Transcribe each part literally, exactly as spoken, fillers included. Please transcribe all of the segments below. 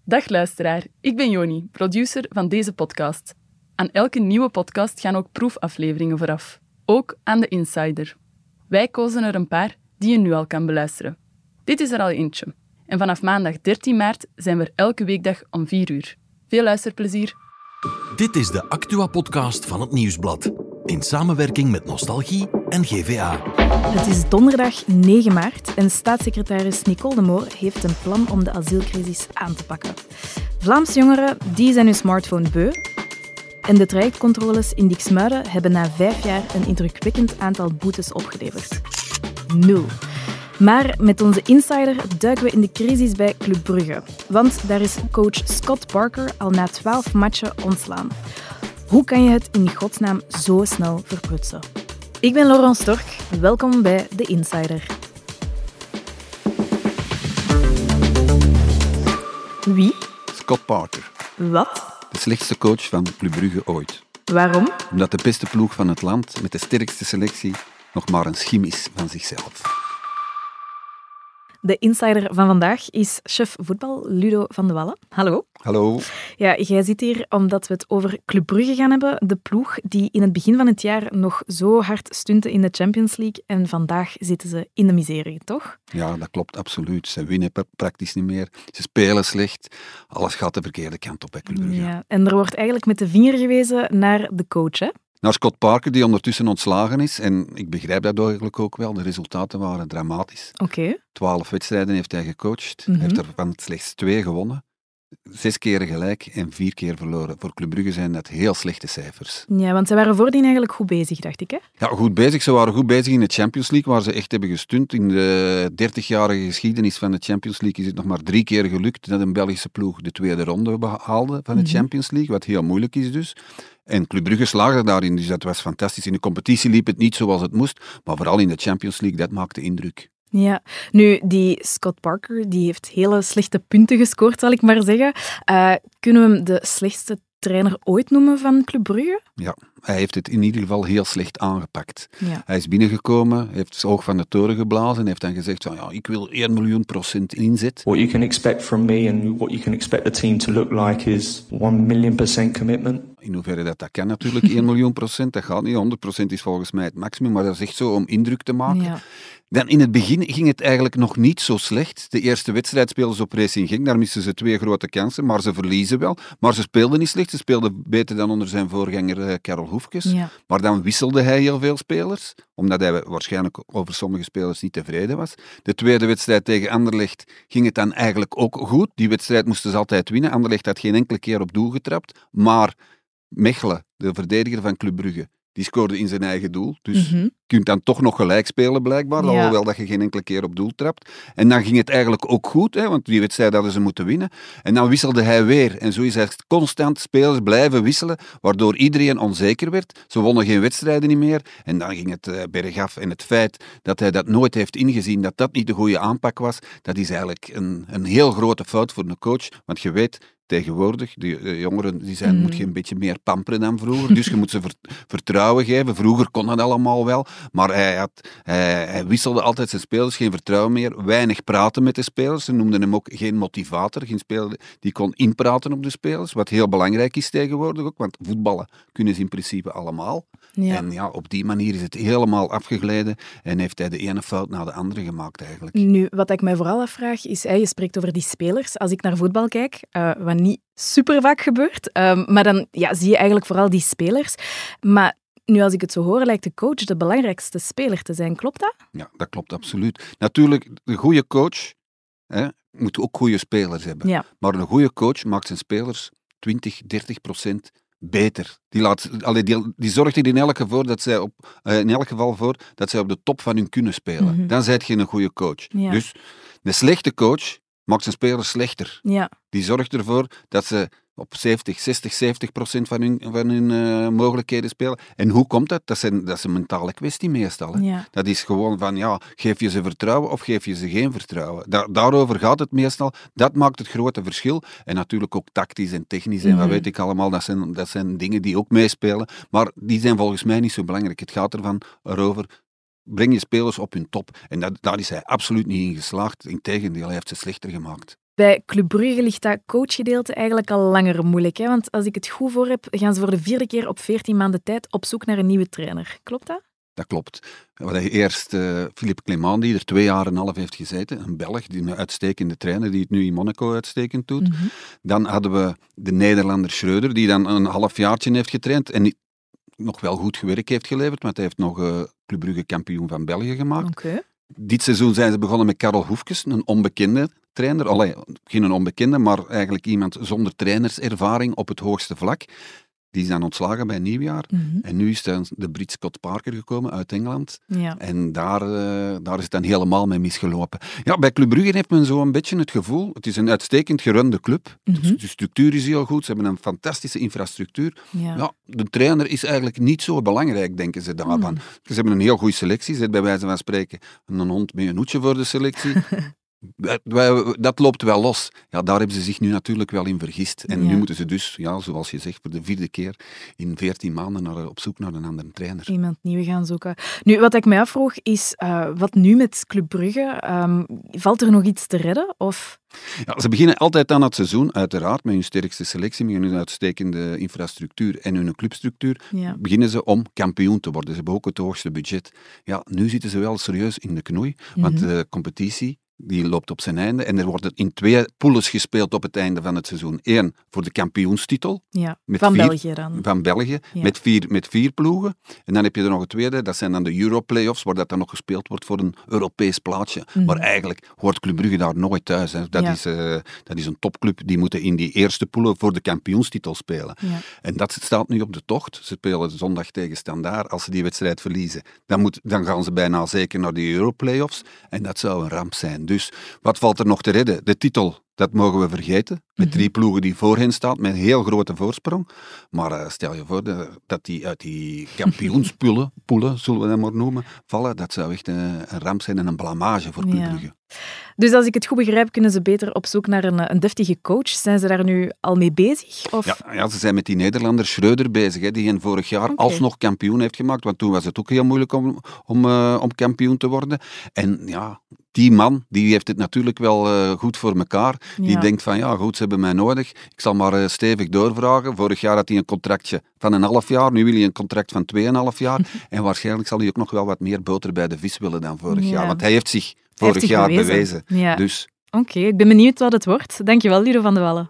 Dag luisteraar, ik ben Joni, producer van deze podcast. Aan elke nieuwe podcast gaan ook proefafleveringen vooraf. Ook aan de Insider. Wij kozen er een paar die je nu al kan beluisteren. Dit is er al eentje. En vanaf maandag dertien maart zijn we er elke weekdag om vier uur. Veel luisterplezier. Dit is de Actua-podcast van het Nieuwsblad. In samenwerking met Nostalgie en G V A. Het is donderdag negen maart en staatssecretaris Nicole Demore heeft een plan om de asielcrisis aan te pakken. Vlaamse jongeren die zijn hun smartphone beu. En de trajectcontroles in Diksmuiden hebben na vijf jaar een indrukwekkend aantal boetes opgeleverd. Nul. Maar met onze insider duiken we in de crisis bij Club Brugge. Want daar is coach Scott Parker al na twaalf matchen ontslaan. Hoe kan je het in godsnaam zo snel verprutsen? Ik ben Laurent Stork. Welkom bij The Insider. Wie? Scott Parker. Wat? De slechtste coach van Club Brugge ooit. Waarom? Omdat de beste ploeg van het land met de sterkste selectie nog maar een schim is van zichzelf. De insider van vandaag is chef voetbal Ludo van de Wallen. Hallo. Hallo. Ja, jij zit hier omdat we het over Club Brugge gaan hebben. De ploeg die in het begin van het jaar nog zo hard stunte in de Champions League. En vandaag zitten ze in de miserie, toch? Ja, dat klopt absoluut. Ze winnen praktisch niet meer. Ze spelen slecht. Alles gaat de verkeerde kant op bij Club Brugge. Ja, en er wordt eigenlijk met de vinger gewezen naar de coach, hè? Naar Scott Parker, die ondertussen ontslagen is. En ik begrijp dat eigenlijk ook wel. De resultaten waren dramatisch. Oké. Okay. Twaalf wedstrijden heeft hij gecoacht. Mm-hmm. Hij heeft er van slechts twee gewonnen. Zes keren gelijk en vier keer verloren. Voor Club Brugge zijn dat heel slechte cijfers. Ja, want ze waren voordien eigenlijk goed bezig, dacht ik, hè? Ja, goed bezig. Ze waren goed bezig in de Champions League, waar ze echt hebben gestunt. In de dertigjarige geschiedenis van de Champions League is het nog maar drie keer gelukt dat een Belgische ploeg de tweede ronde behaalde van de Mm-hmm. Champions League, wat heel moeilijk is dus. En Club Brugge slaagde daarin, dus dat was fantastisch. In de competitie liep het niet zoals het moest, maar vooral in de Champions League, dat maakte indruk. Ja, nu, die Scott Parker die heeft hele slechte punten gescoord, zal ik maar zeggen. Uh, kunnen we hem de slechtste trainer ooit noemen van Club Brugge? Ja, hij heeft het in ieder geval heel slecht aangepakt. Ja. Hij is binnengekomen, heeft zijn oog van de toren geblazen en heeft dan gezegd van ja, ik wil één miljoen procent inzet. What you can expect from me and what you can expect the team to look like is one million percent commitment. In hoeverre dat, dat kan natuurlijk, één miljoen procent, dat gaat niet. honderd procent is volgens mij het maximum, maar dat is echt zo om indruk te maken. Ja. Dan in het begin ging het eigenlijk nog niet zo slecht. De eerste wedstrijd speelden ze op Racing Genk, daar misten ze twee grote kansen, maar ze verliezen wel. Maar ze speelden niet slecht, ze speelden beter dan onder zijn voorganger uh, Karel Hoefkes. Ja. Maar dan wisselde hij heel veel spelers, omdat hij waarschijnlijk over sommige spelers niet tevreden was. De tweede wedstrijd tegen Anderlecht ging het dan eigenlijk ook goed. Die wedstrijd moesten ze altijd winnen. Anderlecht had geen enkele keer op doel getrapt, maar Mechelen, de verdediger van Club Brugge, die scoorde in zijn eigen doel. Dus Mm-hmm. je kunt dan toch nog gelijk spelen, blijkbaar. Ja. Alhoewel dat je geen enkele keer op doel trapt. En dan ging het eigenlijk ook goed, hè, want die wedstrijd hadden ze moeten winnen. En dan wisselde hij weer. En zo is hij constant spelers blijven wisselen, waardoor iedereen onzeker werd. Ze wonnen geen wedstrijden niet meer. En dan ging het uh, bergaf. En het feit dat hij dat nooit heeft ingezien, dat dat niet de goede aanpak was, dat is eigenlijk een, een heel grote fout voor een coach. Want je weet, tegenwoordig, de, de jongeren die zijn, mm. moet je een beetje meer pamperen dan vroeger. Dus je moet ze ver, vertrouwen geven. Vroeger kon dat allemaal wel. Maar hij, had, hij, hij wisselde altijd zijn spelers, geen vertrouwen meer. Weinig praten met de spelers. Ze noemden hem ook geen motivator. Geen speler die kon inpraten op de spelers. Wat heel belangrijk is tegenwoordig ook. Want voetballen kunnen ze in principe allemaal. Ja. En ja, op die manier is het helemaal afgegleden. En heeft hij de ene fout na de andere gemaakt eigenlijk. Nu, wat ik mij vooral afvraag is, hè, je spreekt over die spelers. Als ik naar voetbal kijk, uh, wat niet super vaak gebeurt, uh, maar dan ja, zie je eigenlijk vooral die spelers. Maar nu, als ik het zo hoor, lijkt de coach de belangrijkste speler te zijn. Klopt dat? Ja, dat klopt absoluut. Natuurlijk, een goede coach hè, moet ook goede spelers hebben. Ja. Maar een goede coach maakt zijn spelers twintig, dertig procent beter. Die, laat, allee, die, die zorgt er in elk geval dat zij op, uh, in elk geval voor dat zij op de top van hun kunnen spelen. Mm-hmm. Dan zijt je een goede coach. Ja. Dus een slechte coach maakt zijn spelers slechter. Ja. Die zorgt ervoor dat ze op zeventig, zestig, zeventig procent van hun, van hun uh, mogelijkheden spelen. En hoe komt dat? Dat is een, dat is een mentale kwestie meestal. Hè? Ja. Dat is gewoon van, ja, geef je ze vertrouwen of geef je ze geen vertrouwen? Da- daarover gaat het meestal. Dat maakt het grote verschil. En natuurlijk ook tactisch en technisch en mm-hmm. wat weet ik allemaal. Dat zijn, dat zijn dingen die ook meespelen. Maar die zijn volgens mij niet zo belangrijk. Het gaat ervan erover, breng je spelers op hun top. En dat, daar is hij absoluut niet in geslaagd. Integendeel, hij heeft ze slechter gemaakt. Bij Club Brugge ligt dat coachgedeelte eigenlijk al langer moeilijk. Hè? Want als ik het goed voor heb, gaan ze voor de vierde keer op veertien maanden tijd op zoek naar een nieuwe trainer. Klopt dat? Dat klopt. We hadden eerst uh, Philippe Clement, die er twee jaar en een half heeft gezeten. Een Belg, die een uitstekende trainer, die het nu in Monaco uitstekend doet. Mm-hmm. Dan hadden we de Nederlander Schreuder, die dan een halfjaartje heeft getraind en niet, nog wel goed werk heeft geleverd, want hij heeft nog uh, Club Brugge kampioen van België gemaakt. Okay. Dit seizoen zijn ze begonnen met Karel Hoefkes, een onbekende trainer. Allee, geen een onbekende, maar eigenlijk iemand zonder trainerservaring op het hoogste vlak. Die is dan ontslagen bij nieuwjaar. Mm-hmm. En nu is dan de Brit Scott Parker gekomen uit Engeland. Ja. En daar, uh, daar is het dan helemaal mee misgelopen. Ja, bij Club Brugge heeft men zo een beetje het gevoel, het is een uitstekend gerunde club. Mm-hmm. De structuur is heel goed, ze hebben een fantastische infrastructuur. Ja. Ja, de trainer is eigenlijk niet zo belangrijk, denken ze daarvan. Mm. Ze hebben een heel goede selectie, ze hebben bij wijze van spreken een hond met een hoedje voor de selectie. Dat loopt wel los. Ja, daar hebben ze zich nu natuurlijk wel in vergist. En ja. nu moeten ze dus, ja, zoals je zegt, voor de vierde keer in veertien maanden naar, op zoek naar een andere trainer. Iemand nieuw gaan zoeken. Nu, wat ik mij afvroeg is, uh, wat nu met Club Brugge? Um, valt er nog iets te redden? Of... Ja, ze beginnen altijd aan het seizoen, uiteraard, met hun sterkste selectie, met hun uitstekende infrastructuur en hun clubstructuur, ja. beginnen ze om kampioen te worden. Ze hebben ook het hoogste budget. Ja, nu zitten ze wel serieus in de knoei, want mm-hmm. de competitie die loopt op zijn einde. En er wordt in twee poules gespeeld op het einde van het seizoen. Eén voor de kampioenstitel. Ja, met van vier, België dan. Van België, ja. met, vier, met vier ploegen. En dan heb je er nog een tweede, dat zijn dan de Euro-playoffs, waar dat dan nog gespeeld wordt voor een Europees plaatsje. Mm-hmm. Maar eigenlijk hoort Club Brugge daar nooit thuis. Hè. Dat, ja. is, uh, dat is een topclub, die moeten in die eerste poelen voor de kampioenstitel spelen. Ja. En dat staat nu op de tocht. Ze spelen zondag tegen Standaard. Als ze die wedstrijd verliezen, dan, moet, dan gaan ze bijna zeker naar die Euro-playoffs. En dat zou een ramp zijn. Dus wat valt er nog te redden? De titel, dat mogen we vergeten. Met mm-hmm. drie ploegen die voor hen staan, met een heel grote voorsprong. Maar uh, stel je voor de, dat die uit die kampioenspoelen, poelen, zullen we dat maar noemen, vallen. Dat zou echt een, een ramp zijn en een blamage voor Club ja. Brugge. Dus als ik het goed begrijp, kunnen ze beter op zoek naar een, een deftige coach. Zijn ze daar nu al mee bezig? Of? Ja, ja, ze zijn met die Nederlander Schreuder bezig, hè, die hen vorig jaar okay. alsnog kampioen heeft gemaakt. Want toen was het ook heel moeilijk om, om, uh, om kampioen te worden. En ja, die man, die heeft het natuurlijk wel uh, goed voor elkaar. Die ja. denkt van, ja goed, ze hebben mij nodig. Ik zal maar uh, stevig doorvragen. Vorig jaar had hij een contractje van een half jaar. Nu wil hij een contract van tweeënhalf jaar. En waarschijnlijk zal hij ook nog wel wat meer boter bij de vis willen dan vorig ja. jaar. Want hij heeft zich vorig heeft jaar bewezen. bewezen. Ja. Dus. Oké, okay, ik ben benieuwd wat het wordt. Dankjewel, Ludo van de Wallen.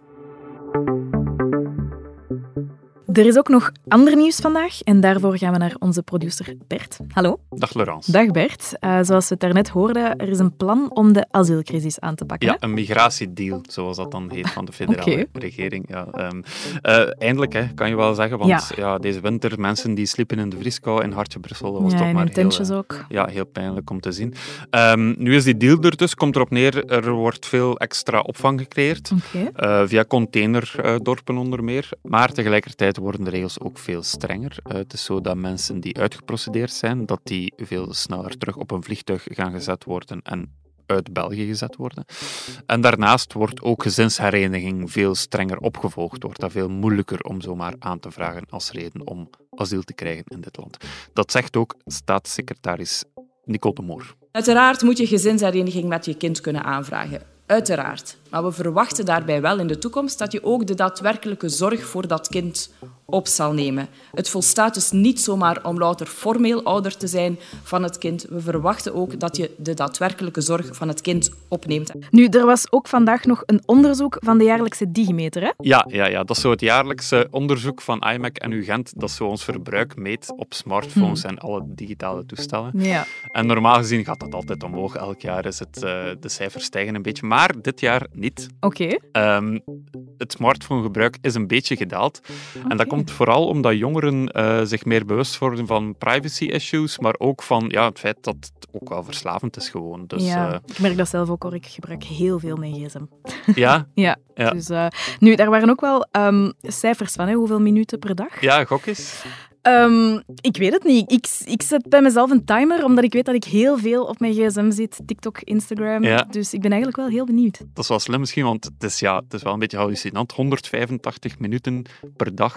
Er is ook nog ander nieuws vandaag en daarvoor gaan we naar onze producer Bert. Hallo. Dag Laurence. Dag Bert. Uh, zoals we het daarnet hoorden, er is een plan om de asielcrisis aan te pakken. Ja, een migratiedeal, zoals dat dan heet, van de federale okay. regering. Ja, um, uh, eindelijk, hè, kan je wel zeggen, want ja. Ja, deze winter, mensen die sliepen in de vrieskou in Hartje Brussel, dat was ja, toch maar heel, uh, ook. Ja, heel pijnlijk om te zien. Um, nu is die deal er dus, komt erop neer, er wordt veel extra opvang gecreëerd, okay. uh, via containerdorpen onder meer, maar tegelijkertijd worden de regels ook veel strenger. Uh, het is zo dat mensen die uitgeprocedeerd zijn, dat die veel sneller terug op een vliegtuig gaan gezet worden en uit België gezet worden. En daarnaast wordt ook gezinshereniging veel strenger opgevolgd. Wordt dat veel moeilijker om zomaar aan te vragen als reden om asiel te krijgen in dit land. Dat zegt ook staatssecretaris Nicole Demore. Uiteraard moet je gezinshereniging met je kind kunnen aanvragen. Uiteraard. Maar we verwachten daarbij wel in de toekomst dat je ook de daadwerkelijke zorg voor dat kind op zal nemen. Het volstaat dus niet zomaar om louter formeel ouder te zijn van het kind. We verwachten ook dat je de daadwerkelijke zorg van het kind opneemt. Nu, er was ook vandaag nog een onderzoek van de jaarlijkse Digimeter, hè? Ja, ja, ja, dat is zo het jaarlijkse onderzoek van I M E C en UGent. Dat zo ons verbruik meet op smartphones hmm. en alle digitale toestellen. Ja. En normaal gezien gaat dat altijd omhoog. Elk jaar is het, uh, de cijfers stijgen een beetje, maar dit jaar niet. Oké. Okay. Um, het smartphonegebruik is een beetje gedaald. Okay. En dat komt vooral omdat jongeren uh, zich meer bewust worden van privacy-issues, maar ook van ja, het feit dat het ook wel verslavend is gewoon. Dus, ja, uh, ik merk dat zelf ook hoor. Ik gebruik heel veel mijn gsm. Ja? ja. ja. Dus, uh, nu, daar waren ook wel um, cijfers van, hè? Hoeveel minuten per dag? Ja, gok eens. Um, ik weet het niet. Ik, ik zet bij mezelf een timer, omdat ik weet dat ik heel veel op mijn gsm zit. TikTok, Instagram. Ja. Dus ik ben eigenlijk wel heel benieuwd. Dat is wel slim misschien, want het is, ja, het is wel een beetje hallucinant. honderdvijfentachtig minuten per dag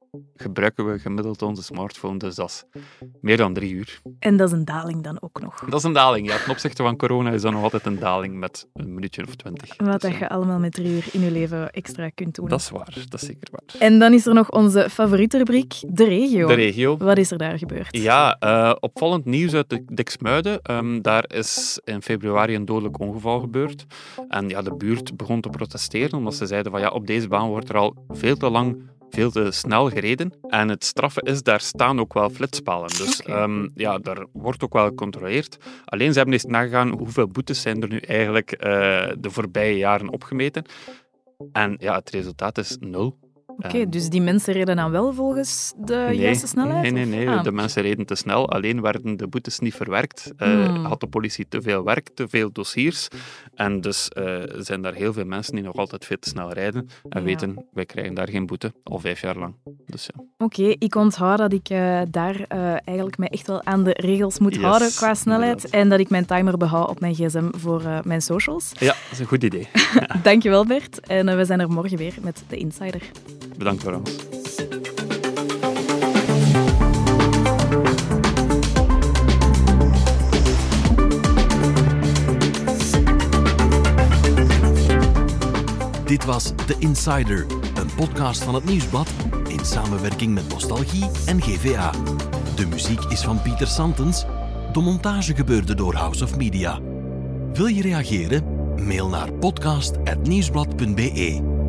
gebruiken we gemiddeld onze smartphone, dus dat is meer dan drie uur. En dat is een daling dan ook nog. Dat is een daling, ja. Ten opzichte van corona is dat nog altijd een daling met een minuutje of twintig. Wat dus, dat je allemaal met drie uur in je leven extra kunt doen. Dat is waar, dat is zeker waar. En dan is er nog onze favoriete rubriek, de regio. De regio. Wat is er daar gebeurd? Ja, uh, opvallend nieuws uit de Diksmuiden. Um, daar is in februari een dodelijk ongeval gebeurd. En ja, de buurt begon te protesteren, omdat ze zeiden van ja, op deze baan wordt er al veel te lang, veel te snel gereden. En het straffe is, daar staan ook wel flitspalen. Dus okay. um, ja, daar wordt ook wel gecontroleerd. Alleen, ze hebben eens nagegaan hoeveel boetes zijn er nu eigenlijk uh, de voorbije jaren opgemeten. En ja, het resultaat is nul. Oké, okay, dus die mensen reden dan wel volgens de nee, juiste snelheid? Nee, nee, nee. Ah. De mensen reden te snel. Alleen werden de boetes niet verwerkt. Uh, hmm. Had de politie te veel werk, te veel dossiers. En dus uh, zijn daar heel veel mensen die nog altijd veel te snel rijden. En ja. weten, wij krijgen daar geen boete. Al vijf jaar lang. Dus, ja. Oké, okay, ik onthoud dat ik uh, daar uh, eigenlijk mij echt wel aan de regels moet yes, houden qua snelheid. Inderdaad. En dat ik mijn timer behoud op mijn gsm voor uh, mijn socials. Ja, dat is een goed idee. Dankjewel, Bert. En uh, we zijn er morgen weer met de Insider. Bedankt voor alles. Dit was The Insider, een podcast van het Nieuwsblad in samenwerking met Nostalgie en G V A. De muziek is van Pieter Santens. De montage gebeurde door House of Media. Wil je reageren? Mail naar podcast apennieuwsblad punt be.